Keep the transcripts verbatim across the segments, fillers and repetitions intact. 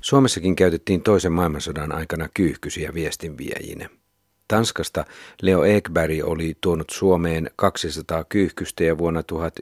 Suomessakin käytettiin toisen maailmansodan aikana kyyhkysiä viestinviejinä. Tanskasta Leo Ekberg oli tuonut Suomeen kaksisataa kyyhkystä ja vuonna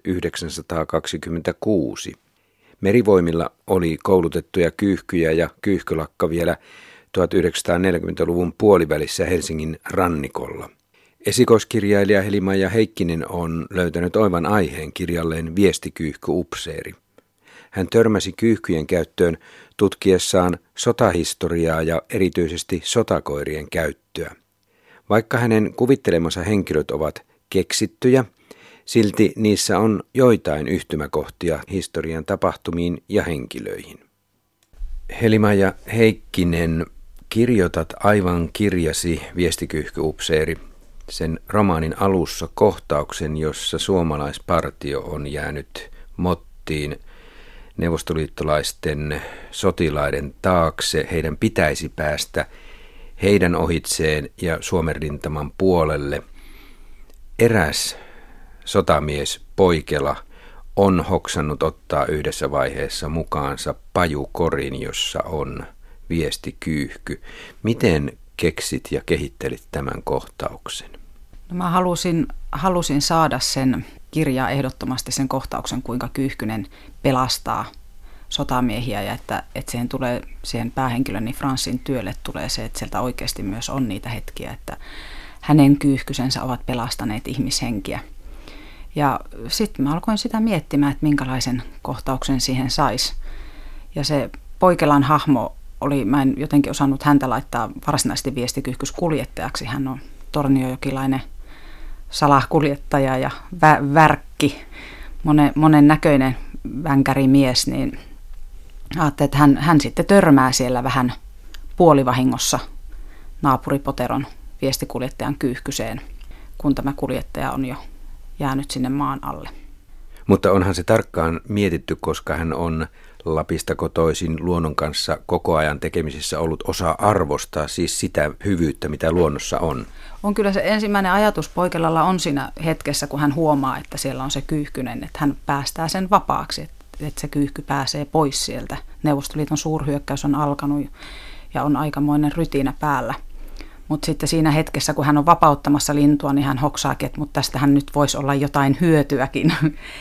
tuhatyhdeksänsataakaksikymmentäkuusi. Merivoimilla oli koulutettuja kyyhkyjä ja kyyhkylakka vielä tuhatyhdeksänsataaneljäkymmentäluvun puolivälissä Helsingin rannikolla. Esikoiskirjailija Heli-Maija Heikkinen on löytänyt oivan aiheen kirjalleen Viestikyyhky-upseeri. Hän törmäsi kyyhkyjen käyttöön tutkiessaan sotahistoriaa ja erityisesti sotakoirien käyttöä. Vaikka hänen kuvittelemansa henkilöt ovat keksittyjä, silti niissä on joitain yhtymäkohtia historian tapahtumiin ja henkilöihin. Heli-Maija Heikkinen, kirjoitat aivan kirjasi Viestikyyhky-upseeri sen romaanin alussa kohtauksen, jossa suomalaispartio on jäänyt mottiin neuvostoliittolaisten sotilaiden taakse. Heidän pitäisi päästä heidän ohitseen ja Suomen rintaman puolelle. Eräs sotamies Poikela on hoksannut ottaa yhdessä vaiheessa mukaansa pajukorin, jossa on viestikyyhky. Miten keksit ja kehittelit tämän kohtauksen? No mä halusin, halusin saada sen kirjaa ehdottomasti sen kohtauksen, kuinka Kyyhkynen pelastaa sotamiehiä ja että, että siihen tulee siihen päähenkilön niin Franssin työlle tulee se, että sieltä oikeasti myös on niitä hetkiä, että hänen kyyhkysensä ovat pelastaneet ihmishenkiä. Ja sitten mä alkoin sitä miettimään, että minkälaisen kohtauksen siihen saisi. Ja se Poikelan hahmo oli, mä en jotenkin osannut häntä laittaa varsinaisesti viestikyyhkyskuljettajaksi. Hän on torniojokilainen salakuljettaja ja vä- värkki, monen, monen näköinen vänkärimies, niin ajattelin, että hän, hän sitten törmää siellä vähän puolivahingossa naapuripoteron viestikuljettajan kyyhkyseen, kun tämä kuljettaja on jo jäänyt sinne maan alle. Mutta onhan se tarkkaan mietitty, koska hän on Lapista kotoisin luonnon kanssa koko ajan tekemisissä ollut osa arvostaa siis sitä hyvyyttä, mitä luonnossa on. On kyllä se ensimmäinen ajatus Poikelalla on siinä hetkessä, kun hän huomaa, että siellä on se kyyhkynen, että hän päästää sen vapaaksi, että se kyyhky pääsee pois sieltä. Neuvostoliiton suurhyökkäys on alkanut ja on aikamoinen rytinä päällä. Mutta sitten siinä hetkessä, kun hän on vapauttamassa lintua, niin hän hoksaakin, että mutta tästähän nyt voisi olla jotain hyötyäkin.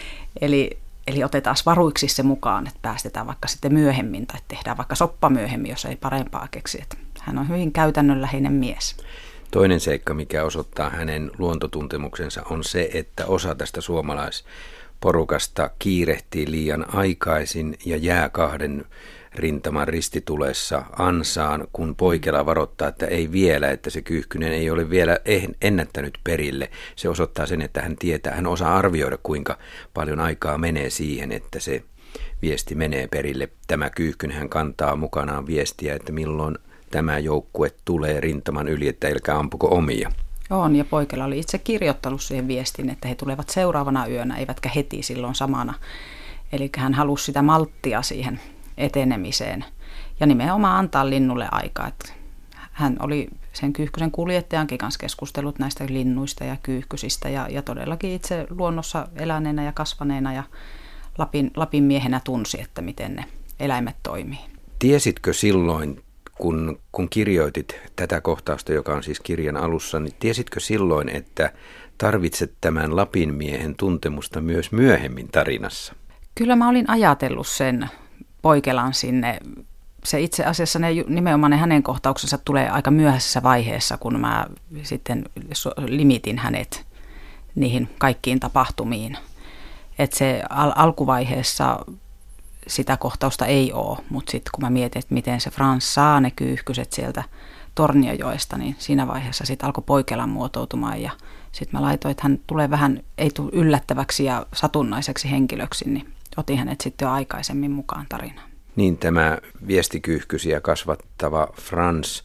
eli, eli otetaan varuiksi se mukaan, että päästetään vaikka sitten myöhemmin tai tehdään vaikka soppa myöhemmin, jos ei parempaa keksi. Että hän on hyvin käytännönläheinen mies. Toinen seikka, mikä osoittaa hänen luontotuntemuksensa, on se, että osa tästä suomalaisporukasta kiirehtii liian aikaisin ja jää kahden rintaman ristitulessa ansaan, kun Poikela varoittaa, että ei vielä, että se kyyhkynen ei ole vielä ennättänyt perille. Se osoittaa sen, että hän tietää, hän osaa arvioida, kuinka paljon aikaa menee siihen, että se viesti menee perille. Tämä kyyhkynen hän kantaa mukanaan viestiä, että milloin tämä joukkue tulee rintaman yli, että älkää ampuko omia. On, ja Poikela oli itse kirjoittanut siihen viestin, että he tulevat seuraavana yönä, eivätkä heti silloin samana. Eli hän halusi sitä malttia siihen etenemiseen ja nimenomaan antaa linnulle aikaa. Että hän oli sen kyyhkysen kuljettajankin kanssa keskustellut näistä linnuista ja kyyhkysistä ja, ja todellakin itse luonnossa eläneenä ja kasvaneena ja Lapin, Lapin miehenä tunsi, että miten ne eläimet toimii. Tiesitkö silloin, kun, kun kirjoitit tätä kohtausta, joka on siis kirjan alussa, niin tiesitkö silloin, että tarvitset tämän Lapin miehen tuntemusta myös myöhemmin tarinassa? Kyllä mä olin ajatellut sen Poikelan sinne. Se itse asiassa ne, nimenomaan ne hänen kohtauksensa tulee aika myöhäisessä vaiheessa, kun mä sitten limitin hänet niihin kaikkiin tapahtumiin. Että se al- alkuvaiheessa sitä kohtausta ei ole, mutta sitten kun mä mietin, että miten se Frans saa ne kyyhkyset sieltä Torniojoesta, niin siinä vaiheessa sitten alkoi Poikelan muotoutumaan ja sitten mä laitoin, että hän tulee vähän, ei tule yllättäväksi ja satunnaiseksi henkilöksi, niin otin hänet sitten jo aikaisemmin mukaan tarinaan. Niin tämä viestikyyhkysiä kasvattava Frans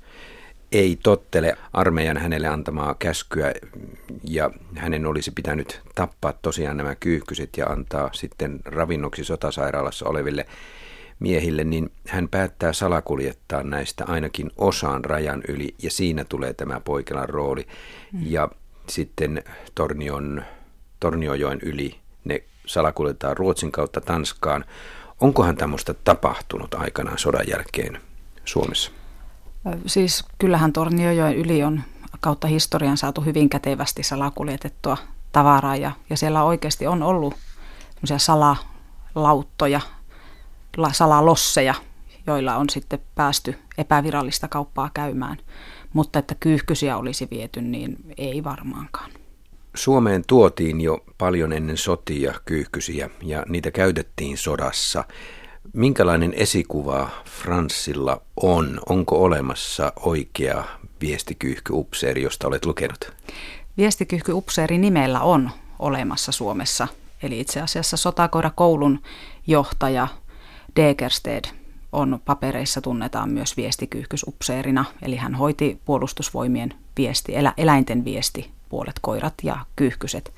ei tottele armeijan hänelle antamaa käskyä ja hänen olisi pitänyt tappaa tosiaan nämä kyyhkyset ja antaa sitten ravinnoksi sotasairaalassa oleville miehille, niin hän päättää salakuljettaa näistä ainakin osan rajan yli ja siinä tulee tämä Poikelan rooli mm. ja sitten Tornion, Torniojoen yli ne salakuljetaan Ruotsin kautta Tanskaan. Onkohan tämmöistä tapahtunut aikanaan sodan jälkeen Suomessa? Siis kyllähän Tornionjoen yli on kautta historian saatu hyvin kätevästi salakuljetettua tavaraa ja, ja siellä oikeasti on ollut salalauttoja, salalosseja, joilla on sitten päästy epävirallista kauppaa käymään, mutta että kyyhkysiä olisi viety, niin ei varmaankaan. Suomeen tuotiin jo paljon ennen sotia kyyhkysiä ja niitä käytettiin sodassa. Minkälainen esikuva Franssilla on? Onko olemassa oikea viestikyyhkyupseeri, josta olet lukenut? Viestikyyhkyupseeri nimellä on olemassa Suomessa. Eli itse asiassa sotakoirakoulun johtaja Degersted on papereissa tunnetaan myös viestikyyhkysupseerina. Eli hän hoiti puolustusvoimien viesti, elä, eläinten viestipuolet, koirat ja kyyhkyset.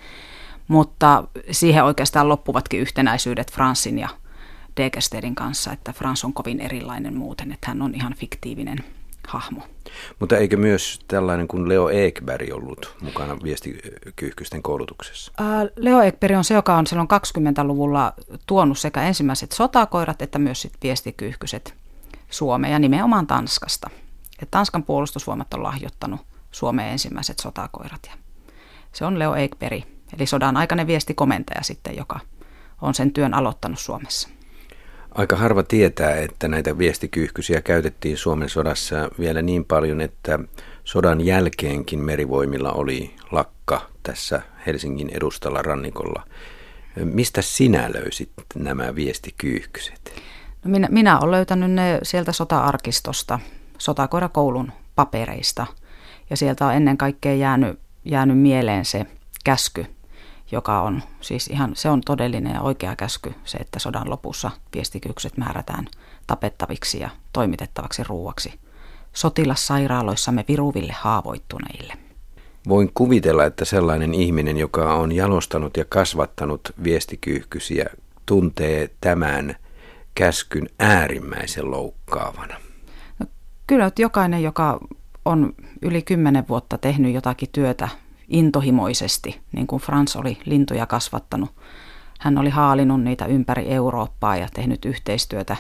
Mutta siihen oikeastaan loppuvatkin yhtenäisyydet Franssin ja Degerstedin kanssa, että Frans on kovin erilainen muuten, että hän on ihan fiktiivinen hahmo. Mutta eikö myös tällainen kuin Leo Ekberg ollut mukana viestikyyhkysten koulutuksessa? Leo Ekberg on se, joka on silloin kaksikymmentäluvulla tuonut sekä ensimmäiset sotakoirat että myös sit viestikyyhkyset Suomeen ja nimenomaan Tanskasta. Et Tanskan puolustusvoimat on lahjoittanut Suomeen ensimmäiset sotakoirat ja se on Leo Ekberg, eli sodan aikainen viestikomentaja sitten, joka on sen työn aloittanut Suomessa. Aika harva tietää, että näitä viestikyyhkysiä käytettiin Suomen sodassa vielä niin paljon, että sodan jälkeenkin merivoimilla oli lakka tässä Helsingin edustalla rannikolla. Mistä sinä löysit nämä viestikyyhkyset? No minä, minä olen löytänyt ne sieltä sota-arkistosta, sotakoirakoulun papereista. Ja sieltä on ennen kaikkea jäänyt, jäänyt mieleen se käsky, joka on siis ihan, se on todellinen ja oikea käsky, se, että sodan lopussa viestikyyhkyset määrätään tapettaviksi ja toimitettavaksi ruuaksi sotilassairaaloissamme viruville haavoittuneille. Voin kuvitella, että sellainen ihminen, joka on jalostanut ja kasvattanut viestikyyhkysiä, tuntee tämän käskyn äärimmäisen loukkaavana. No, kyllä, että jokainen, joka on yli kymmenen vuotta tehnyt jotakin työtä intohimoisesti, niin kuin Frans oli lintuja kasvattanut. Hän oli haalinut niitä ympäri Eurooppaa ja tehnyt yhteistyötä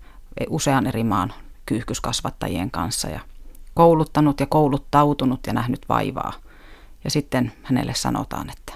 usean eri maan kyyhkyskasvattajien kanssa ja kouluttanut ja kouluttautunut ja nähnyt vaivaa. Ja sitten hänelle sanotaan, että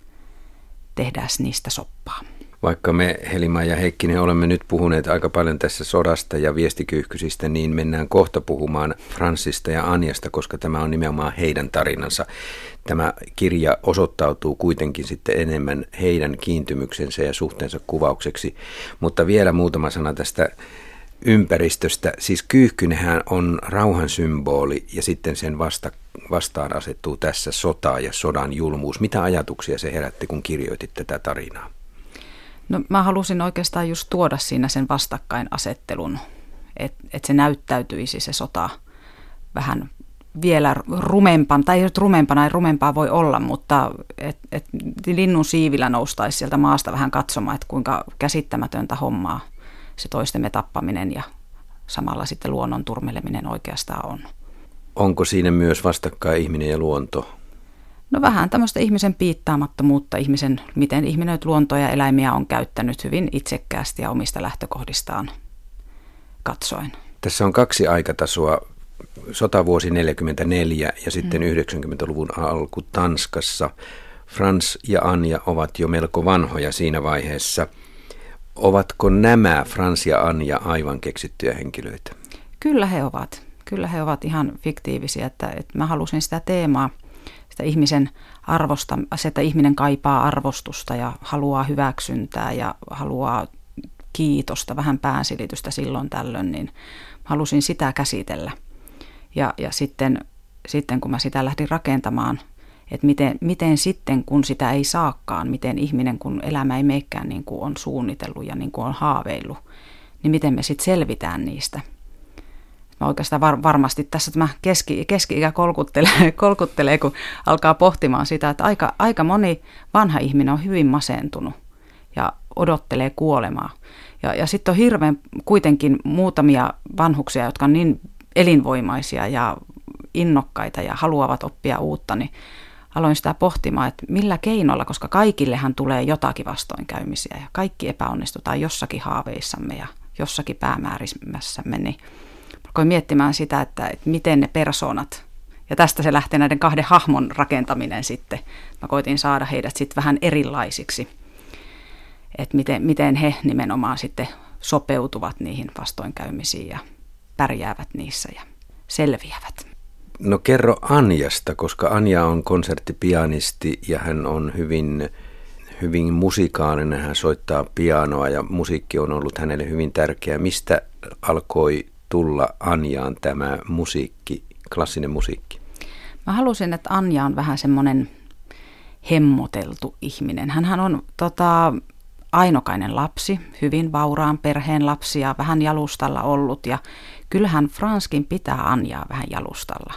tehdään niistä soppaa. Vaikka me Helima ja Heikkinen olemme nyt puhuneet aika paljon tässä sodasta ja viestikyyhkysistä, niin mennään kohta puhumaan Fransista ja Anjasta, koska tämä on nimenomaan heidän tarinansa. Tämä kirja osoittautuu kuitenkin sitten enemmän heidän kiintymyksensä ja suhteensa kuvaukseksi. Mutta vielä muutama sana tästä ympäristöstä. Siis kyyhkynenhän on rauhan symboli ja sitten sen vasta, vastaan asettuu tässä sota ja sodan julmuus. Mitä ajatuksia se herätti, kun kirjoitit tätä tarinaa? No mä halusin oikeastaan just tuoda siinä sen vastakkainasettelun, että et se näyttäytyisi se sota vähän vielä rumempana, tai ei nyt rumempana, ei rumempaa voi olla, mutta että et linnun siivillä noustaisi sieltä maasta vähän katsomaan, että kuinka käsittämätöntä hommaa se toistemme tappaminen ja samalla sitten luonnon turmeleminen oikeastaan on. Onko siinä myös vastakkain ihminen ja luonto? No vähän tämmöistä ihmisen piittaamattomuutta, ihmisen, miten ihminen luontoa ja eläimiä on käyttänyt hyvin itsekkäästi ja omista lähtökohdistaan katsoen. Tässä on kaksi aikatasoa, sotavuosi neljäkymmentäneljä ja sitten mm. yhdeksänkymmentäluvun alku Tanskassa. Frans ja Anja ovat jo melko vanhoja siinä vaiheessa. Ovatko nämä Frans ja Anja aivan keksittyjä henkilöitä? Kyllä he ovat. Kyllä he ovat ihan fiktiivisiä, että, että mä halusin sitä teemaa. Sitä ihmisen arvosta, se, että ihminen kaipaa arvostusta ja haluaa hyväksyntää ja haluaa kiitosta, vähän päänsilitystä silloin tällöin, niin halusin sitä käsitellä. Ja, ja sitten, sitten kun mä sitä lähdin rakentamaan, että miten, miten sitten kun sitä ei saakaan, miten ihminen kun elämä ei meikään niin kuin on suunnitellut ja niin kuin on haaveillut, niin miten me sitten selvitään niistä. Mä oikeastaan var, varmasti tässä tämä keski, keski-ikä kolkuttelee, kolkuttelee, kun alkaa pohtimaan sitä, että aika, aika moni vanha ihminen on hyvin masentunut ja odottelee kuolemaa. Ja, ja sitten on hirveän kuitenkin muutamia vanhuksia, jotka on niin elinvoimaisia ja innokkaita ja haluavat oppia uutta, niin aloin sitä pohtimaan, että millä keinoilla, koska kaikillehan tulee jotakin vastoinkäymisiä ja kaikki epäonnistutaan jossakin haaveissamme ja jossakin päämäärismässämme, niin alkoin miettimään sitä, että, että miten ne persoonat, ja tästä se lähtee näiden kahden hahmon rakentaminen sitten. Mä koitin saada heidät sitten vähän erilaisiksi, että miten, miten he nimenomaan sitten sopeutuvat niihin vastoinkäymisiin ja pärjäävät niissä ja selviävät. No kerro Anjasta, koska Anja on konserttipianisti ja hän on hyvin, hyvin musikaalinen. Hän soittaa pianoa ja musiikki on ollut hänelle hyvin tärkeää. Mistä alkoi tulla Anjaan tämä musiikki, klassinen musiikki? Mä halusin, että Anja on vähän semmoinen hemmoteltu ihminen. Hänhän on tota, ainokainen lapsi, hyvin vauraan perheen lapsi ja vähän jalustalla ollut. Ja kyllähän Franskin pitää Anjaa vähän jalustalla.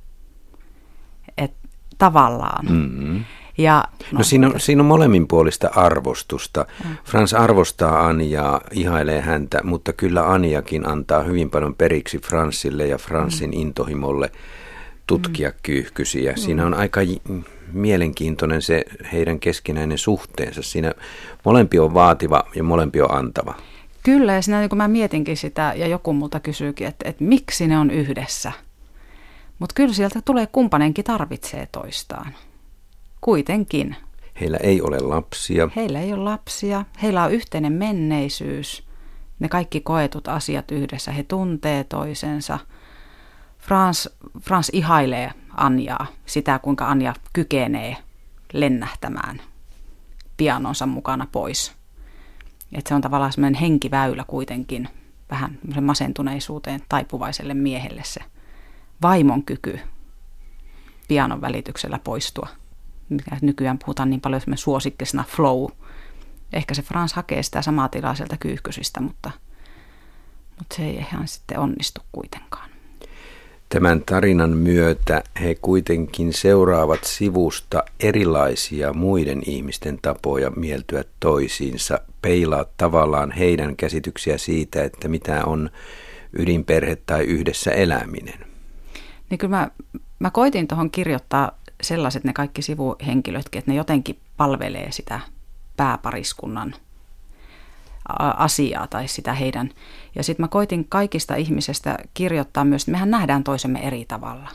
Et, tavallaan. Mm-hmm. Ja, no, no siinä, on, siinä on molemminpuolista arvostusta. Mm. Frans arvostaa Anjaa, ihailee häntä, mutta kyllä Anjakin antaa hyvin paljon periksi Fransille ja Fransin mm. intohimolle tutkia mm. kyyhkysiä. Siinä on aika mielenkiintoinen se heidän keskinäinen suhteensa. Siinä molempi on vaativa ja molempi on antava. Kyllä, ja siinä kun mä mietinkin sitä, ja joku multa kysyykin, että, että miksi ne on yhdessä. Mutta kyllä sieltä tulee, kumppanenkin tarvitsee toistaan. Kuitenkin. Heillä ei ole lapsia. Heillä ei ole lapsia. Heillä on yhteinen menneisyys. Ne kaikki koetut asiat yhdessä. He tuntee toisensa. Frans, Frans ihailee Anjaa. Sitä, kuinka Anja kykenee lennähtämään pianonsa mukana pois. Että se on tavallaan semmoinen henkiväylä kuitenkin vähän masentuneisuuteen taipuvaiselle miehelle se vaimon kyky pianon välityksellä poistua. Nykyään puhutaan niin paljon suosikkisena flow. Ehkä se Frans hakee sitä samaa tilaa sieltä kyyhkysistä, mutta, mutta se ei ihan sitten onnistu kuitenkaan. Tämän tarinan myötä he kuitenkin seuraavat sivusta erilaisia muiden ihmisten tapoja mieltyä toisiinsa, peilaa tavallaan heidän käsityksiä siitä, että mitä on ydinperhe tai yhdessä eläminen. Niin kyllä mä, mä koitin tuohon kirjoittaa sellaiset ne kaikki sivuhenkilötkin, että ne jotenkin palvelee sitä pääpariskunnan asiaa tai sitä heidän. Ja sitten mä koitin kaikista ihmisistä kirjoittaa myös, että mehän nähdään toisemme eri tavalla.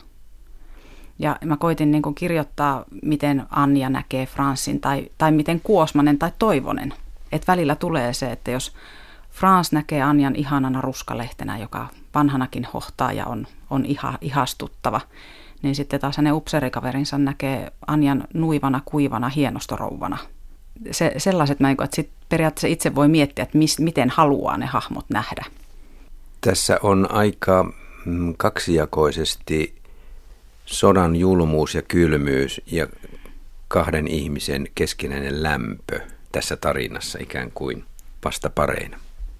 Ja mä koitin niin kuin kirjoittaa, miten Anja näkee Fransin tai, tai miten Kuosmanen tai Toivonen. Että välillä tulee se, että jos Frans näkee Anjan ihanana ruskalehtenä, joka vanhanakin hohtaa ja on, on iha, ihastuttava, niin sitten taas hänen upseerikaverinsa näkee Anjan nuivana, kuivana, hienostorouvana. Se, sellaiset, että sit periaatteessa itse voi miettiä, että mis, miten haluaa ne hahmot nähdä. Tässä on aika mm, kaksijakoisesti sodan julmuus ja kylmyys ja kahden ihmisen keskinäinen lämpö tässä tarinassa ikään kuin vastapareina.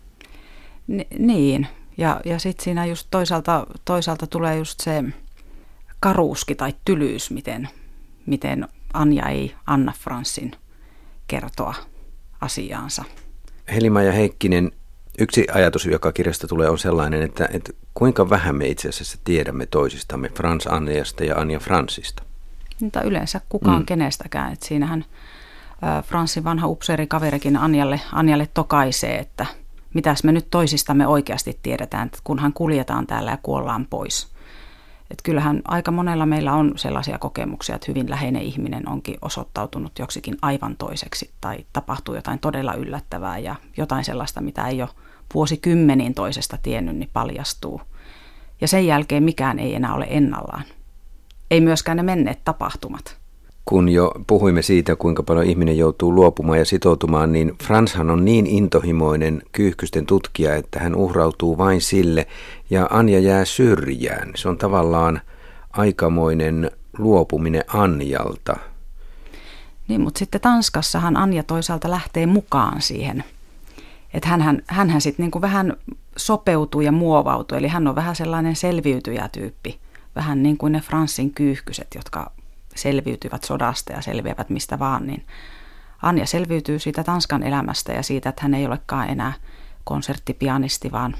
Ni, niin, ja, ja sitten siinä just toisaalta, toisaalta tulee just se karuuski tai tylyys, miten, miten Anja ei anna Fransin kertoa asiaansa. Helima ja Heikkinen, yksi ajatus, joka kirjasta tulee, on sellainen, että, että kuinka vähän me itse asiassa tiedämme toisistamme Frans Anjasta ja Anja Fransista. Mutta yleensä kukaan mm. kenestäkään. Et siinähän ä, Fransin vanha upseerikaverikin Anjalle, Anjalle tokaisee, että mitäs me nyt toisistamme oikeasti tiedetään, että kunhan kuljetaan täällä ja kuollaan pois. Et kyllähän aika monella meillä on sellaisia kokemuksia, että hyvin läheinen ihminen onkin osoittautunut joksikin aivan toiseksi tai tapahtuu jotain todella yllättävää ja jotain sellaista, mitä ei ole vuosikymmeniin toisesta tiennyt, niin paljastuu. Ja sen jälkeen mikään ei enää ole ennallaan. Ei myöskään ne menneet tapahtumat. Kun jo puhuimme siitä, kuinka paljon ihminen joutuu luopumaan ja sitoutumaan, niin Franshan on niin intohimoinen kyyhkysten tutkija, että hän uhrautuu vain sille ja Anja jää syrjään. Se on tavallaan aikamoinen luopuminen Anjalta. Niin, mutta sitten Tanskassahan Anja toisaalta lähtee mukaan siihen. Että hänhän, hänhän sitten niinku vähän sopeutuu ja muovautuu, eli hän on vähän sellainen selviytyjätyyppi. Vähän niin kuin ne Fransin kyyhkyset, jotka selviytyvät sodasta ja selviävät mistä vaan, niin Anja selviytyy siitä Tanskan elämästä ja siitä, että hän ei olekaan enää konserttipianisti, vaan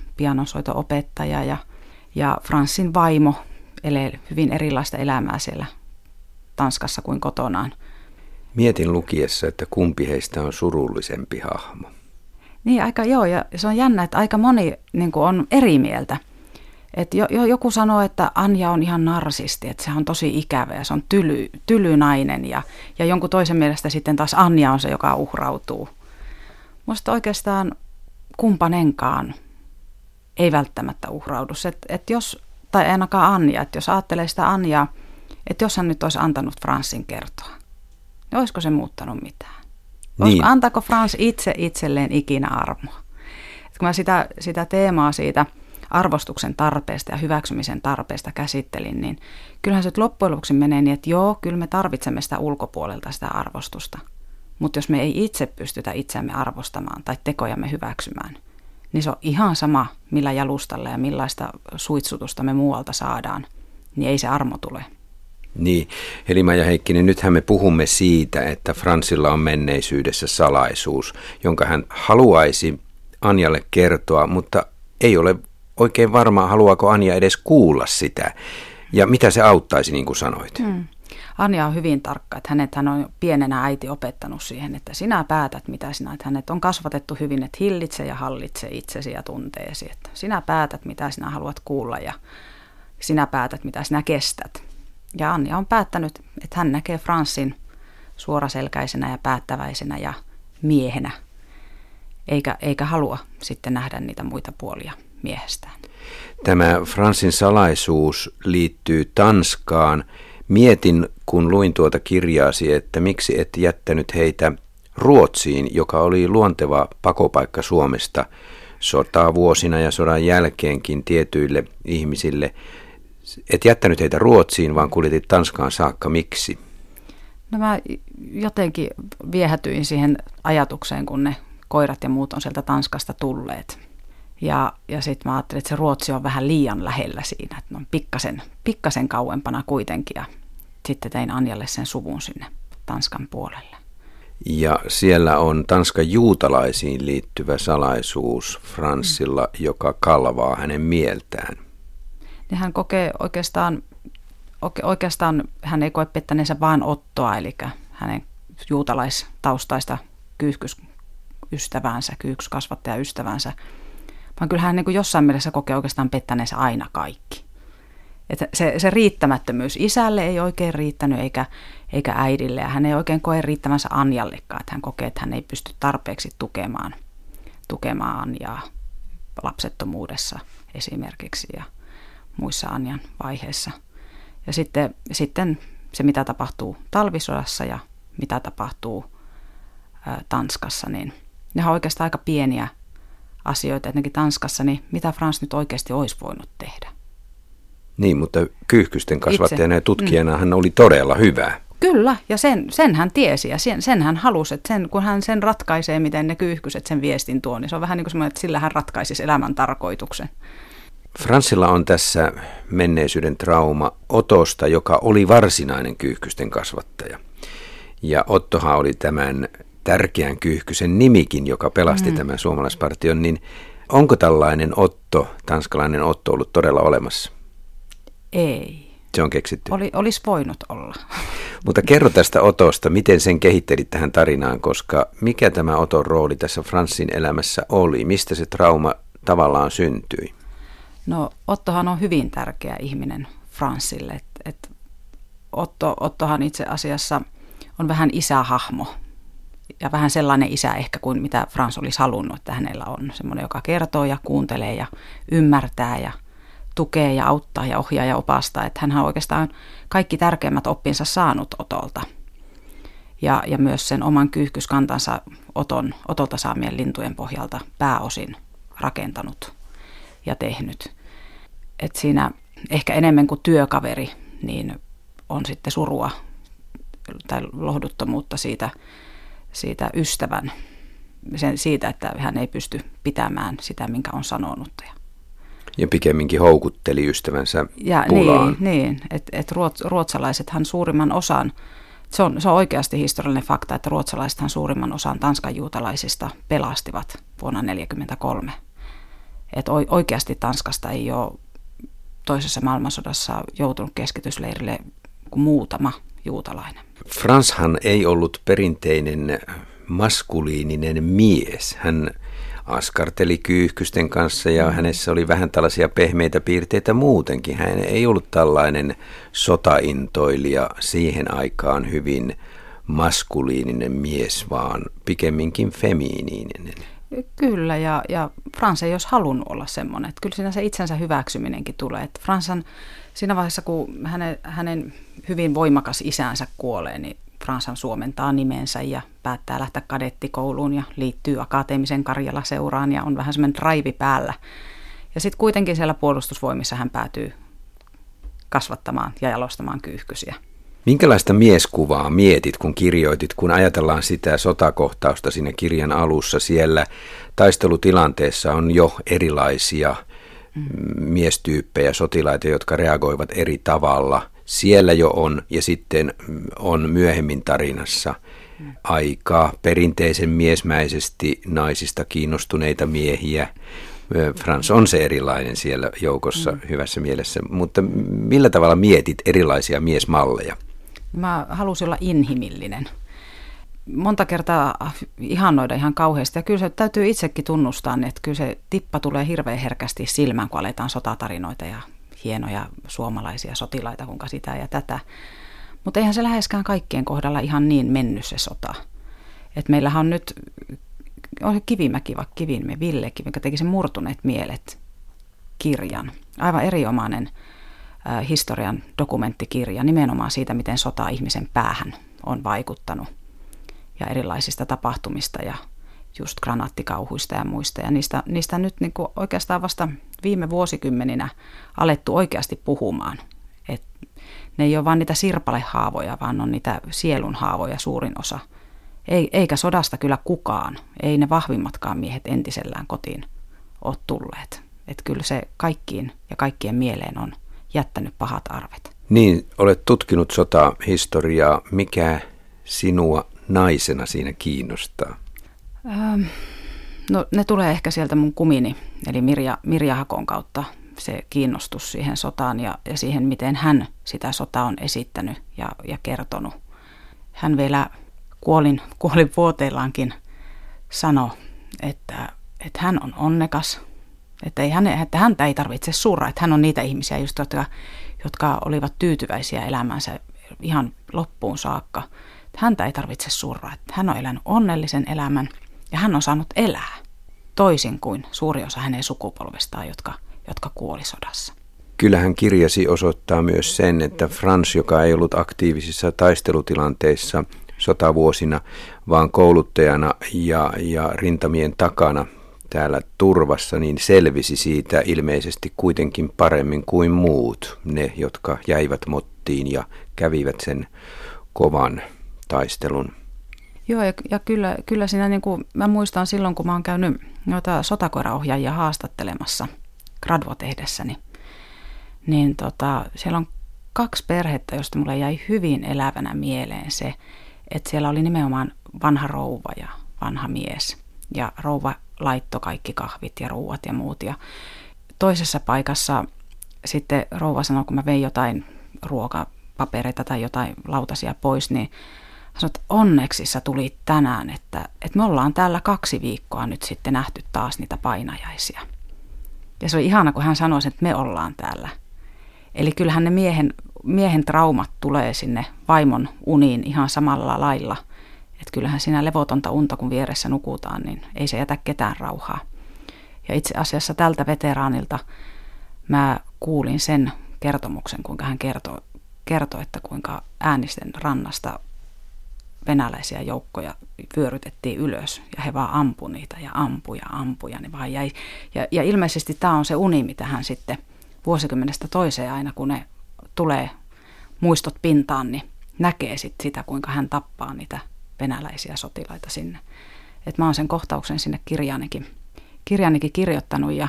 pianonsoito-opettaja ja, ja Fransin vaimo elee hyvin erilaista elämää siellä Tanskassa kuin kotonaan. Mietin lukiessa, että kumpi heistä on surullisempi hahmo. Niin, aika joo, ja se on jännä, että aika moni niin kuin on eri mieltä. Et jo, jo, joku sanoo, että Anja on ihan narsisti, että se on tosi ikävä ja se on tyly, tyly nainen, ja, ja jonkun toisen mielestä sitten taas Anja on se, joka uhrautuu. Musta oikeastaan kumpanenkaan ei välttämättä uhraudu. Et, et jos, tai ainakaan Anja, että jos ajattelee sitä Anjaa, että jos hän nyt olisi antanut Fransin kertoa, niin olisiko se muuttanut mitään? Olisiko, niin. Antaako Frans itse itselleen ikinä armoa? Et kun mä sitä, sitä teemaa siitä arvostuksen tarpeesta ja hyväksymisen tarpeesta käsittelin, niin kyllähän se loppujen lopuksi menee niin, että joo, kyllä me tarvitsemme sitä ulkopuolelta sitä arvostusta. Mutta jos me ei itse pystytä itseämme arvostamaan tai tekojamme hyväksymään, niin se on ihan sama, millä jalustalla ja millaista suitsutusta me muualta saadaan, niin ei se armo tule. Niin, Heli-Maija Heikkinen, nythän me puhumme siitä, että Fransilla on menneisyydessä salaisuus, jonka hän haluaisi Anjalle kertoa, mutta ei ole oikein varma, haluaako Anja edes kuulla sitä. Ja mitä se auttaisi, niin kuin sanoit? Hmm. Anja on hyvin tarkka, että hänet hän on pienenä äiti opettanut siihen, että sinä päätät, mitä sinä, että hänet on kasvatettu hyvin, että hillitse ja hallitse itsesi ja tunteesi, että sinä päätät, mitä sinä haluat kuulla ja sinä päätät, mitä sinä kestät. Ja Anja on päättänyt, että hän näkee Fransin suoraselkäisenä ja päättäväisenä ja miehenä, eikä, eikä halua sitten nähdä niitä muita puolia miehestään. Tämä Fransin salaisuus liittyy Tanskaan. Mietin, kun luin tuota kirjaasi, että miksi et jättänyt heitä Ruotsiin, joka oli luonteva pakopaikka Suomesta sotavuosina ja sodan jälkeenkin tietyille ihmisille. Et jättänyt heitä Ruotsiin, vaan kuljetit Tanskaan saakka. Miksi? No mä jotenkin viehätyin siihen ajatukseen, kun ne koirat ja muut on sieltä Tanskasta tulleet. Ja, ja sitten mä ajattelin, että se Ruotsi on vähän liian lähellä siinä, että ne on pikkasen, pikkasen kauempana kuitenkin. Ja sitten tein Anjalle sen suvun sinne Tanskan puolelle. Ja siellä on Tanskan juutalaisiin liittyvä salaisuus Fransilla, mm. joka kalvaa hänen mieltään. Niin hän kokee oikeastaan, oikeastaan, hän ei koe pettäneensä vaan Ottoa, eli hänen juutalaistaustaista kyyhkysystävänsä, kyyhkyskasvattajaystävänsä, vaan kyllä hän niin kuin jossain mielessä kokee oikeastaan pettäneensä aina kaikki. Että se, se riittämättömyys isälle ei oikein riittänyt eikä, eikä äidille, ja hän ei oikein koe riittävänsä Anjallekaan, että hän kokee, että hän ei pysty tarpeeksi tukemaan, tukemaan Anjaa lapsettomuudessa esimerkiksi ja muissa Anjan vaiheissa. Ja sitten, sitten se, mitä tapahtuu talvisodassa ja mitä tapahtuu ä, Tanskassa, niin ne on oikeastaan aika pieniä asioita, etenkin Tanskassa, niin mitä Frans nyt oikeasti olisi voinut tehdä. Niin, mutta kyyhkysten kasvattajana ja tutkijana mm. hän oli todella hyvä. Kyllä, ja sen, sen hän tiesi ja sen, sen hän halusi, että sen, kun hän sen ratkaisee, miten ne kyyhkyset sen viestin tuo, niin se on vähän niin kuin semmoinen, että sillä hän ratkaisisi elämän tarkoituksen. Fransilla on tässä menneisyyden trauma Otosta, joka oli varsinainen kyyhkysten kasvattaja. Ja Ottohan oli tämän tärkeän kyyhkysen nimikin, joka pelasti mm. tämän suomalaispartion. Niin onko tällainen Otto, tanskalainen Otto, ollut todella olemassa? Ei. Se on keksitty. Oli, olisi voinut olla. Mutta kerro tästä Otosta, miten sen kehittelit tähän tarinaan, koska mikä tämä Oton rooli tässä Fransin elämässä oli? Mistä se trauma tavallaan syntyi? No Ottohan on hyvin tärkeä ihminen Fransille. Et, et Otto, Ottohan itse asiassa on vähän isähahmo ja vähän sellainen isä ehkä kuin mitä Frans olisi halunnut, että hänellä on semmoinen, joka kertoo ja kuuntelee ja ymmärtää ja tukee ja auttaa ja ohjaa ja opastaa. Että hänhän on oikeastaan kaikki tärkeimmät oppinsa saanut Otolta ja, ja myös sen oman kyyhkyskantansa Oton, Otolta saamien lintujen pohjalta pääosin rakentanut ja tehnyt. Et siinä ehkä enemmän kuin työkaveri, niin on sitten surua tai lohduttomuutta siitä, siitä ystävän, sen, siitä, että hän ei pysty pitämään sitä, minkä on sanonut. Ja pikemminkin houkutteli ystävänsä ja pulaan. Niin, niin että et ruotsalaisethan suurimman osan, se on, se on oikeasti historiallinen fakta, että ruotsalaisethan suurimman osan tanskan juutalaisista pelastivat vuonna tuhatyhdeksänsataaneljäkymmentäkolme. Että oikeasti Tanskasta ei ole toisessa maailmansodassa joutunut keskitysleirille kuin muutama, juutalainen. Franshan ei ollut perinteinen maskuliininen mies. Hän askarteli kyyhkysten kanssa ja hänessä oli vähän tällaisia pehmeitä piirteitä muutenkin. Hän ei ollut tällainen sotaintoilija, siihen aikaan hyvin maskuliininen mies, vaan pikemminkin feminiininen. Kyllä, ja, ja Frans ei olisi halunnut olla semmoinen. Että kyllä siinä se itsensä hyväksyminenkin tulee. Että Franshan siinä vaiheessa, kun hänen, hänen hyvin voimakas isänsä kuolee, niin Franshan suomentaa nimensä ja päättää lähteä kadettikouluun ja liittyy akateemisen Karjala-seuraan ja on vähän semmoinen drive päällä. Ja sitten kuitenkin siellä puolustusvoimissa hän päätyy kasvattamaan ja jalostamaan kyyhkysiä. Minkälaista mieskuvaa mietit, kun kirjoitit, kun ajatellaan sitä sotakohtausta siinä kirjan alussa? Siellä taistelutilanteessa on jo erilaisia mm. miestyyppejä, sotilaita, jotka reagoivat eri tavalla. Siellä jo on, ja sitten on myöhemmin tarinassa mm. aika perinteisen miesmäisesti naisista kiinnostuneita miehiä. Frans on se erilainen siellä joukossa mm. hyvässä mielessä, mutta millä tavalla mietit erilaisia miesmalleja? Mä halusin olla inhimillinen. Monta kertaa ihannoida ihan kauheasti, ja kyllä se täytyy itsekin tunnustaa, että kyllä se tippa tulee hirveän herkästi silmään, kun aletaan sotatarinoita ja hienoja suomalaisia sotilaita, kuinka sitä ja tätä. Mutta eihän se läheskään kaikkien kohdalla ihan niin mennyt se sota. Et meillähän on nyt, on se Kivimäki, vaikka Kivimäki, Villekin, joka teki sen Murtuneet mielet -kirjan. Aivan erinomainen äh, historian dokumenttikirja, nimenomaan siitä, miten sota ihmisen päähän on vaikuttanut. Ja erilaisista tapahtumista ja just granaatikauhuista ja muista. Ja niistä, niistä nyt niin kuin oikeastaan vasta viime vuosikymmeninä alettu oikeasti puhumaan. Et ne ei ole vain niitä sirpalehaavoja, vaan on niitä sielunhaavoja suurin osa. Ei, eikä sodasta kyllä kukaan, ei ne vahvimmatkaan miehet entisellään kotiin ole tulleet. Että kyllä se kaikkiin ja kaikkien mieleen on jättänyt pahat arvet. Niin, olet tutkinut sotahistoriaa. Mikä sinua naisena siinä kiinnostaa? Öö, no ne tulee ehkä sieltä mun kumini, eli Mirja, Mirja Hakon kautta se kiinnostus siihen sotaan ja, ja siihen, miten hän sitä sotaa on esittänyt ja, ja kertonut. Hän vielä kuolin, kuolin vuoteillaankin sanoi, että, että hän on onnekas, että, ei häne, että häntä ei tarvitse surra, että hän on niitä ihmisiä, just, jotka, jotka olivat tyytyväisiä elämänsä ihan loppuun saakka. Että häntä ei tarvitse surra, että hän on elänyt onnellisen elämän ja hän on saanut elää toisin kuin suuri osa hänen sukupolvestaan, jotka, jotka kuoli sodassa. Kyllähän kirjasi osoittaa myös sen, että Frans, joka ei ollut aktiivisissa taistelutilanteissa sotavuosina, vaan kouluttajana ja, ja rintamien takana täällä turvassa, niin selvisi siitä ilmeisesti kuitenkin paremmin kuin muut, ne, jotka jäivät mottiin ja kävivät sen kovan taistelun. Joo, ja, ja kyllä, kyllä siinä, niin kuin mä muistan silloin, kun mä oon käynyt noita sotakoiraohjaajia haastattelemassa gradua tehdessäni, niin tota, siellä on kaksi perhettä, josta mulle jäi hyvin elävänä mieleen se, että siellä oli nimenomaan vanha rouva ja vanha mies. Ja rouva laittoi kaikki kahvit ja ruuat ja muut. Ja toisessa paikassa sitten rouva sanoi, kun mä vein jotain ruokapapereita tai jotain lautasia pois, niin hän sanoi, että onneksi sä tulit tänään, että, että me ollaan täällä kaksi viikkoa nyt sitten nähty taas niitä painajaisia. Ja se oli ihana, kun hän sanoi, että me ollaan täällä. Eli kyllähän ne miehen, miehen traumat tulee sinne vaimon uniin ihan samalla lailla. Että kyllähän siinä levotonta unta, kun vieressä nukutaan, niin ei se jätä ketään rauhaa. Ja itse asiassa tältä veteraanilta mä kuulin sen kertomuksen, kuinka hän kertoi, kertoi että kuinka Äänisten rannasta venäläisiä joukkoja vyörytettiin ylös ja he vaan ampui niitä ja ampui ja ampui ja ne vaan jäi. Ja, ja ilmeisesti tämä on se uni, mitä hän sitten vuosikymmenestä toiseen aina, kun ne tulee muistot pintaan, niin näkee sit sitä, kuinka hän tappaa niitä venäläisiä sotilaita sinne. Et mä oon sen kohtauksen sinne kirjaanikin, kirjaanikin kirjoittanut ja,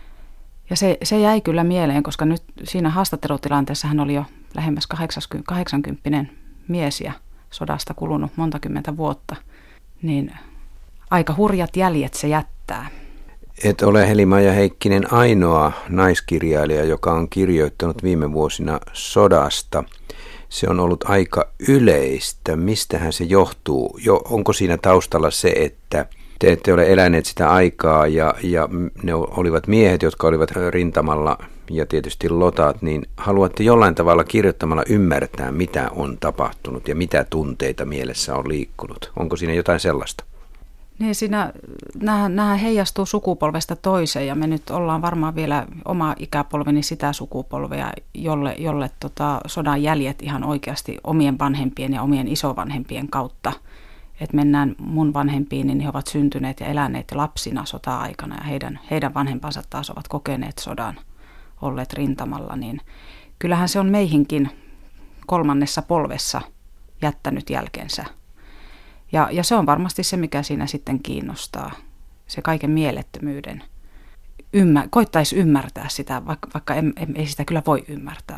ja se, se jäi kyllä mieleen, koska nyt siinä haastattelutilanteessa hän oli jo lähemmäs kahdeksankymppinen mies ja sodasta kulunut monta kymmentä vuotta, niin aika hurjat jäljet se jättää. Et ole Heli-Maija Heikkinen ainoa naiskirjailija, joka on kirjoittanut viime vuosina sodasta. se on ollut aika yleistä. Mistähän se johtuu? Jo, onko siinä taustalla se, että te ette ole eläneet sitä aikaa ja, ja ne olivat miehet, jotka olivat rintamalla ja tietysti lotat, niin haluatte jollain tavalla kirjoittamalla ymmärtää, mitä on tapahtunut ja mitä tunteita mielessä on liikkunut. Onko siinä jotain sellaista? Niin siinä, nämä heijastuu sukupolvesta toiseen ja me nyt ollaan varmaan vielä oma ikäpolveni sitä sukupolvea, jolle, jolle tota, sodan jäljet ihan oikeasti omien vanhempien ja omien isovanhempien kautta. Että mennään mun vanhempiin, niin he ovat syntyneet ja eläneet lapsina sota-aikana ja heidän, heidän vanhempansa taas ovat kokeneet sodan, olleet rintamalla. Niin kyllähän se on meihinkin kolmannessa polvessa jättänyt jälkensä. Ja, ja se on varmasti se, mikä siinä sitten kiinnostaa, se kaiken mielettömyyden. Ymmär, koittaisi ymmärtää sitä, vaikka, vaikka em, em, ei sitä kyllä voi ymmärtää.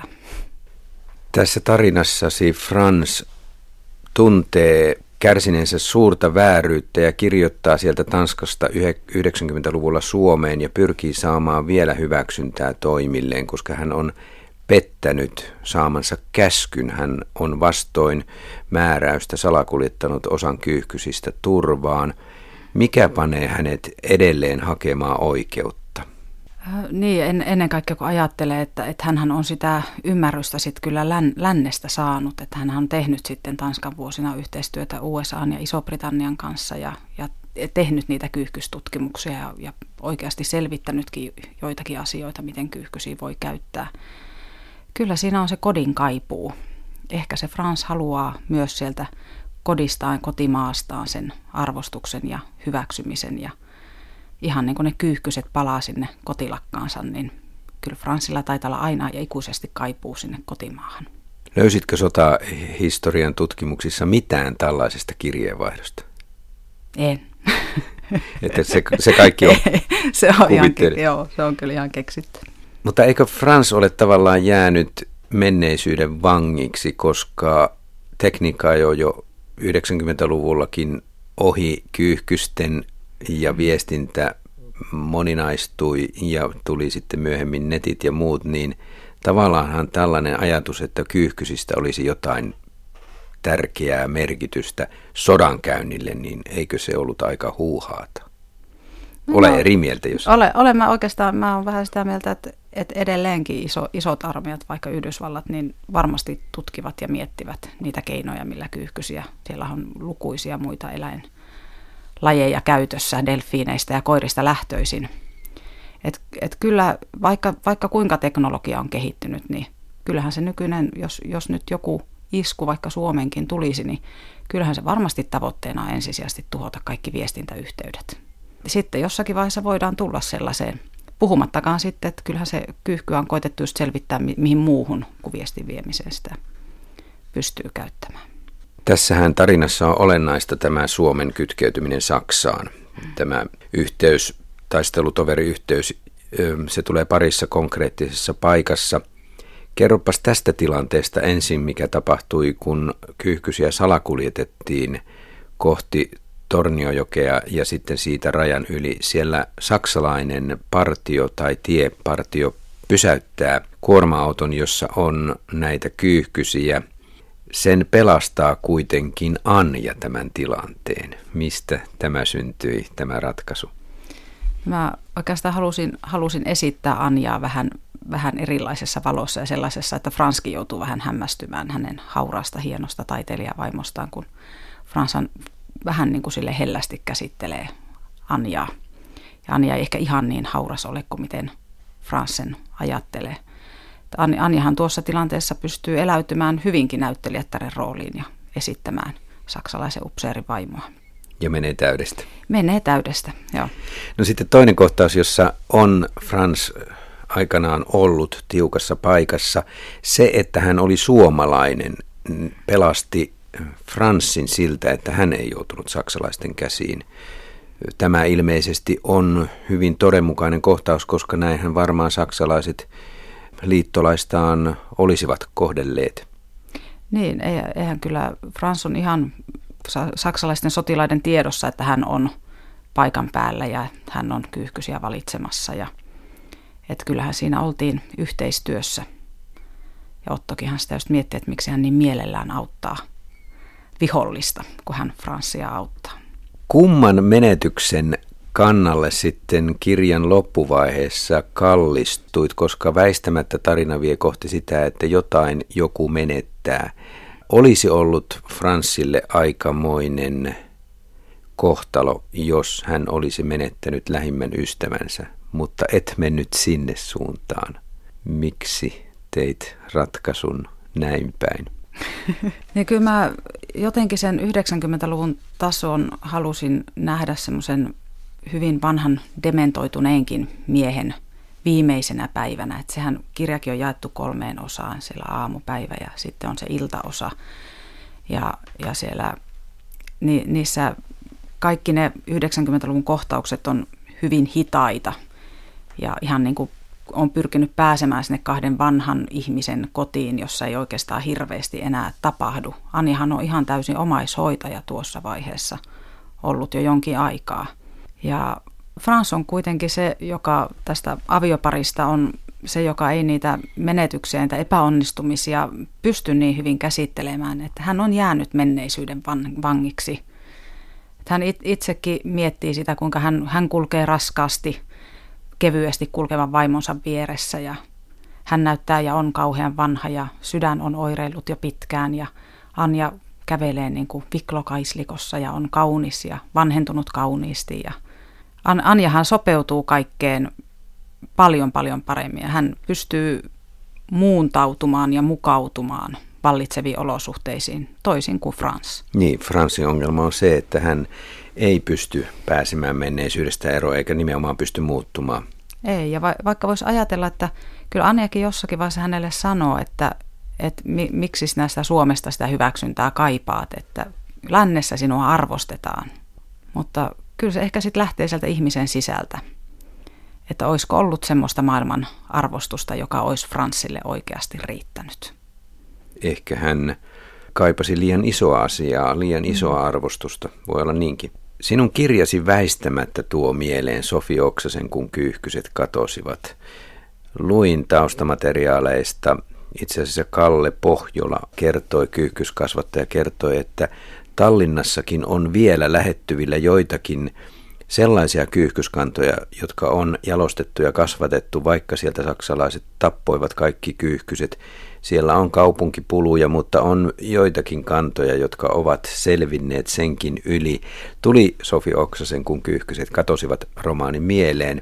Tässä tarinassasi Frans tuntee kärsineensä suurta vääryyttä ja kirjoittaa sieltä Tanskasta yhdeksänkymmentäluvulla Suomeen ja pyrkii saamaan vielä hyväksyntää toimilleen, koska hän on pettänyt saamansa käskyn. Hän on vastoin määräystä salakuljettanut osan kyyhkysistä turvaan. Mikä panee hänet edelleen hakemaan oikeutta? Niin, en, ennen kaikkea kun ajattelee, että, että hänhän on sitä ymmärrystä sitten kyllä län, lännestä saanut, että hän on tehnyt sitten Tanskan vuosina yhteistyötä U S A:n ja Iso-Britannian kanssa ja, ja tehnyt niitä kyyhkystutkimuksia ja, ja oikeasti selvittänytkin joitakin asioita, miten kyyhkysiä voi käyttää. Kyllä siinä on se kodin kaipuu. Ehkä se Frans haluaa myös sieltä kodistaan, kotimaastaan sen arvostuksen ja hyväksymisen ja ihan niin kuin ne kyyhkyset palaa sinne kotilakkaansa, niin kyllä Fransilla taitaa olla aina ja ikuisesti kaipuu sinne kotimaahan. Löysitkö sotahistorian tutkimuksissa mitään tällaisesta kirjeenvaihdosta? En. Että se, se kaikki on se on ihan, joo, se on kyllä ihan keksitty. Mutta eikö Frans ole tavallaan jäänyt menneisyyden vangiksi, koska tekniikka jo jo yhdeksänkymmentäluvullakin ohi kyyhkysten ja viestintä moninaistui ja tuli sitten myöhemmin netit ja muut, niin tavallaanhan tällainen ajatus, että kyyhkysistä olisi jotain tärkeää merkitystä sodankäynnille, niin eikö se ollut aika huuhaata? Ole no, eri mieltä, jos... Ole, olen mä oikeastaan, mä olen vähän sitä mieltä, että, että edelleenkin iso, isot armeijat, vaikka Yhdysvallat, niin varmasti tutkivat ja miettivät niitä keinoja, millä kyyhkysiä. Siellä on lukuisia muita eläinlajeja käytössä, delfiineistä ja koirista lähtöisin. Et, et kyllä, vaikka, vaikka kuinka teknologia on kehittynyt, niin kyllähän se nykyinen, jos, jos nyt joku isku vaikka Suomeenkin tulisi, niin kyllähän se varmasti tavoitteena on ensisijaisesti tuhota kaikki viestintäyhteydet. Sitten jossakin vaiheessa voidaan tulla sellaiseen, puhumattakaan sitten, että kyllähän se kyyhkyä on koetettu just selvittää mihin muuhun kuin viestin viemiseen sitä pystyy käyttämään. Tässähän tarinassa on olennaista tämä Suomen kytkeytyminen Saksaan. Tämä yhteys, taistelutoveriyhteys, se tulee parissa konkreettisessa paikassa. Kerropas tästä tilanteesta ensin, mikä tapahtui, kun kyyhkysiä salakuljetettiin kohti Torniojokea ja sitten siitä rajan yli. Siellä saksalainen partio tai tiepartio pysäyttää kuorma-auton, jossa on näitä kyyhkysiä. Sen pelastaa kuitenkin Anja tämän tilanteen. Mistä tämä syntyi, tämä ratkaisu? Mä oikeastaan halusin, halusin esittää Anjaa vähän, vähän erilaisessa valossa ja sellaisessa, että Franskin joutuu vähän hämmästymään hänen hauraasta, hienosta taiteilijavaimostaan, kun Fransan vähän niin kuin sille hellästi käsittelee Anjaa. Ja Anja ei ehkä ihan niin hauras ole kuin miten Frans sen ajattelee. Anjahan tuossa tilanteessa pystyy eläytymään hyvinkin näyttelijättären rooliin ja esittämään saksalaisen upseerin vaimoa. Ja menee täydestä. Menee täydestä, joo. No sitten toinen kohtaus, jossa on Frans aikanaan ollut tiukassa paikassa. Se, että hän oli suomalainen, pelasti Fransin siltä, että hän ei joutunut saksalaisten käsiin. Tämä ilmeisesti on hyvin todenmukainen kohtaus, koska näinhän varmaan saksalaiset liittolaistaan olisivat kohdelleet. Niin, eihän kyllä Frans on ihan saksalaisten sotilaiden tiedossa, että hän on paikan päällä ja hän on kyyhkysiä valitsemassa. Ja, että kyllähän siinä oltiin yhteistyössä. Ja Ottokinhan sitä just miettii, että miksi hän niin mielellään auttaa vihollista, kun hän Franssia auttaa. Kumman menetyksen kannalle sitten kirjan loppuvaiheessa kallistuit, koska väistämättä tarina vie kohti sitä, että jotain joku menettää. Olisi ollut Franssille aikamoinen kohtalo, jos hän olisi menettänyt lähimmän ystävänsä, mutta et mennyt sinne suuntaan. Miksi teit ratkaisun näin päin? Niin kyllä mä jotenkin sen yhdeksänkymmentäluvun tason halusin nähdä semmoisen hyvin vanhan dementoituneenkin miehen viimeisenä päivänä. Että sehän kirjakin on jaettu kolmeen osaan, siellä aamupäivä ja sitten on se iltaosa. Ja, ja siellä ni, niissä kaikki ne yhdeksänkymmentäluvun kohtaukset on hyvin hitaita ja ihan niin kuin on pyrkinyt pääsemään sinne kahden vanhan ihmisen kotiin, jossa ei oikeastaan hirveästi enää tapahdu. Anjahan on ihan täysin omaishoitaja tuossa vaiheessa ollut jo jonkin aikaa. Ja Frans on kuitenkin se, joka tästä avioparista on se, joka ei niitä menetyksiä tai epäonnistumisia pysty niin hyvin käsittelemään, että hän on jäänyt menneisyyden vangiksi. Hän itsekin miettii sitä, kuinka hän, hän kulkee raskaasti, kevyesti kulkevan vaimonsa vieressä ja hän näyttää ja on kauhean vanha ja sydän on oireillut jo pitkään ja Anja kävelee niin kuin viklokaislikossa ja on kaunis ja vanhentunut kauniisti ja Anjahan sopeutuu kaikkeen paljon paljon paremmin ja hän pystyy muuntautumaan ja mukautumaan vallitseviin olosuhteisiin toisin kuin Frans. Niin, Fransin ongelma on se, että hän ei pysty pääsemään menneisyydestä eroon eikä nimenomaan pysty muuttumaan. Ei, ja va- vaikka voisi ajatella, että kyllä Anjakin jossakin vaiheessa hänelle sanoo, että, että mi- miksi sinä sitä Suomesta sitä hyväksyntää kaipaat, että lännessä sinua arvostetaan. Mutta kyllä se ehkä sitten lähtee sieltä ihmisen sisältä, että olisiko ollut semmoista maailman arvostusta, joka olisi Fransille oikeasti riittänyt. Ehkä hän kaipasi liian isoa asiaa, liian isoa arvostusta, voi olla niinkin. Sinun kirjasi väistämättä tuo mieleen Sofi Oksasen, kun kyyhkyset katosivat. Luin taustamateriaaleista, itse asiassa Kalle Pohjola kertoi, kyyhkyskasvattaja kertoi, että Tallinnassakin on vielä lähettyvillä joitakin sellaisia kyyhkyskantoja, jotka on jalostettu ja kasvatettu, vaikka sieltä saksalaiset tappoivat kaikki kyyhkyset. Siellä on kaupunkipuluja, mutta on joitakin kantoja, jotka ovat selvinneet senkin yli. Tuli Sofi Oksasen, kun kyyhkyset katosivat romaanin mieleen.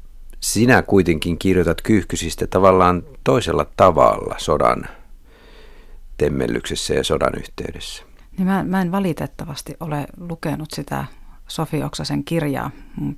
Sinä kuitenkin kirjoitat kyyhkysistä tavallaan toisella tavalla sodan temmellyksessä ja sodan yhteydessä. Niin mä, mä en valitettavasti ole lukenut sitä Sofi Oksasen kirjaa.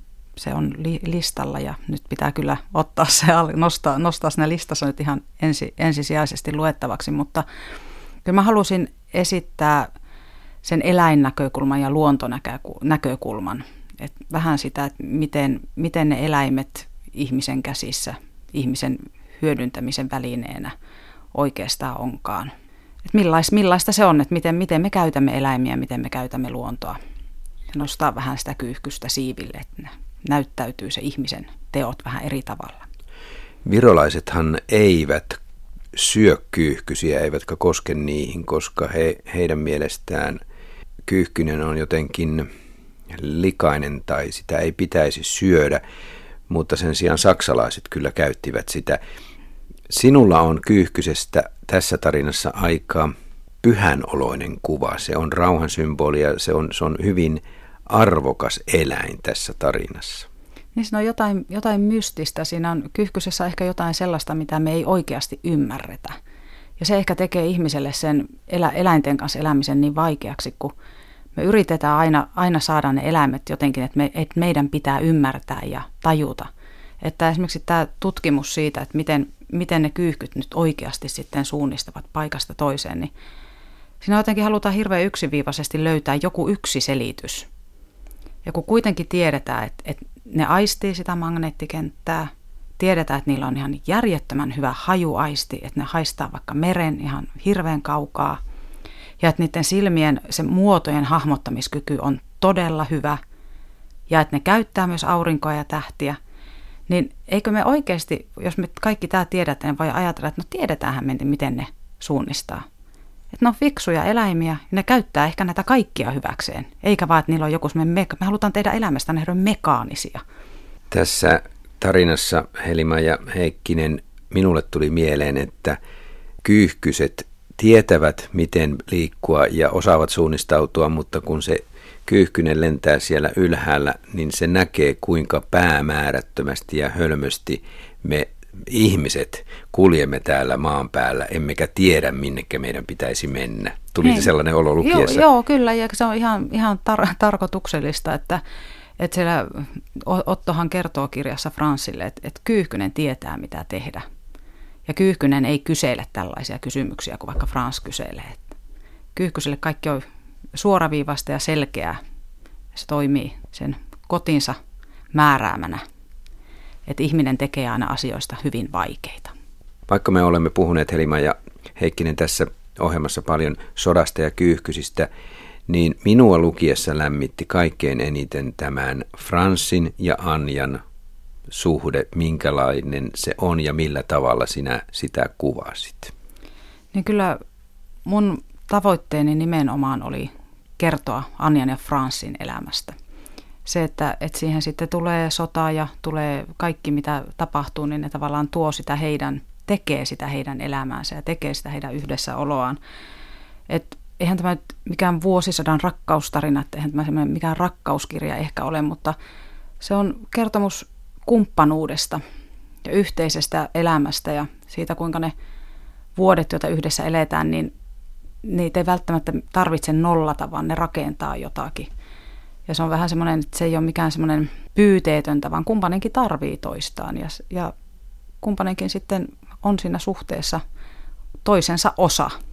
Se on li- listalla ja nyt pitää kyllä ottaa se, nostaa, nostaa siinä listassa nyt ihan ensi, ensisijaisesti luettavaksi, mutta kyllä mä halusin esittää sen eläinnäkökulman ja luontonäkökulman. Et vähän sitä, että miten, miten ne eläimet ihmisen käsissä, ihmisen hyödyntämisen välineenä oikeastaan onkaan. Et millais, millaista se on, että miten, miten me käytämme eläimiä, miten me käytämme luontoa. Ja nostaa vähän sitä kyyhkystä siiville, että ne näyttäytyy se ihmisen teot vähän eri tavalla. Virolaisethan eivät syö kyyhkysiä, eivätkä koske niihin, koska he, heidän mielestään kyyhkynen on jotenkin likainen tai sitä ei pitäisi syödä, mutta sen sijaan saksalaiset kyllä käyttivät sitä. Sinulla on kyyhkysestä tässä tarinassa aika pyhänoloinen kuva. Se on rauhan symboli ja se on, se on hyvin arvokas eläin tässä tarinassa. Niin siinä on jotain, jotain mystistä. Siinä on kyyhkysessä ehkä jotain sellaista, mitä me ei oikeasti ymmärretä. Ja se ehkä tekee ihmiselle sen elä, eläinten kanssa elämisen niin vaikeaksi, kun me yritetään aina, aina saada ne eläimet jotenkin, että, me, että meidän pitää ymmärtää ja tajuta. Että esimerkiksi tämä tutkimus siitä, että miten, miten ne kyyhkyt nyt oikeasti sitten suunnistavat paikasta toiseen, niin siinä jotenkin halutaan hirveän yksiviivaisesti löytää joku yksi selitys. Ja kun kuitenkin tiedetään, että, että ne aistii sitä magneettikenttää, tiedetään, että niillä on ihan järjettömän hyvä hajuaisti, että ne haistaa vaikka meren ihan hirveän kaukaa, ja että niiden silmien se muotojen hahmottamiskyky on todella hyvä, ja että ne käyttää myös aurinkoa ja tähtiä, niin eikö me oikeasti, jos me kaikki tämä tiedetään, voi ajatella, että no tiedetäänhän me, miten ne suunnistaa. Että ne on fiksuja eläimiä, ja ne käyttää ehkä näitä kaikkia hyväkseen. Eikä vaan, että niillä on joku semmoinen, me, me halutaan tehdä elämästä ne mekaanisia. Tässä tarinassa Helima ja Heikkinen, minulle tuli mieleen, että kyyhkyset tietävät, miten liikkua ja osaavat suunnistautua, mutta kun se kyyhkynen lentää siellä ylhäällä, niin se näkee, kuinka päämäärättömästi ja hölmösti me ihmiset kuljemme täällä maan päällä, emmekä tiedä, minnekä meidän pitäisi mennä. Tuli Hei. sellainen olo lukiessa? Joo, joo, kyllä, ja se on ihan, ihan tar- tarkoituksellista, että, että siellä Ottohan kertoo kirjassa Franssille, että, että kyyhkynen tietää, mitä tehdä. Ja kyyhkynen ei kysele tällaisia kysymyksiä kuin vaikka Frans kyselee. Että kyyhkyselle kaikki on suoraviivasta ja selkeää. Se toimii sen kotinsa määräämänä. Että ihminen tekee aina asioista hyvin vaikeita. Vaikka me olemme puhuneet Helima ja Heikkinen tässä ohjelmassa paljon sodasta ja kyyhkysistä, niin minua lukiessa lämmitti kaikkein eniten tämän Fransin ja Anjan suhde, minkälainen se on ja millä tavalla sinä sitä kuvasit. Niin kyllä mun tavoitteeni nimenomaan oli kertoa Anjan ja Fransin elämästä. Se, että, että siihen sitten tulee sota ja tulee kaikki, mitä tapahtuu, niin ne tavallaan tuo sitä heidän, tekee sitä heidän elämäänsä ja tekee sitä heidän yhdessäoloaan. Et eihän tämä nyt mikään vuosisadan rakkaustarina, että eihän tämä mikään rakkauskirja ehkä ole, mutta se on kertomus kumppanuudesta ja yhteisestä elämästä ja siitä, kuinka ne vuodet, joita yhdessä eletään, niin niitä ei välttämättä tarvitse nollata, vaan ne rakentaa jotakin. Ja se on vähän semmoinen, että se ei ole mikään semmoinen pyyteetöntä, vaan kumpainenkin tarvii toistaan. Ja, ja kumpainenkin sitten on siinä suhteessa toisensa osa.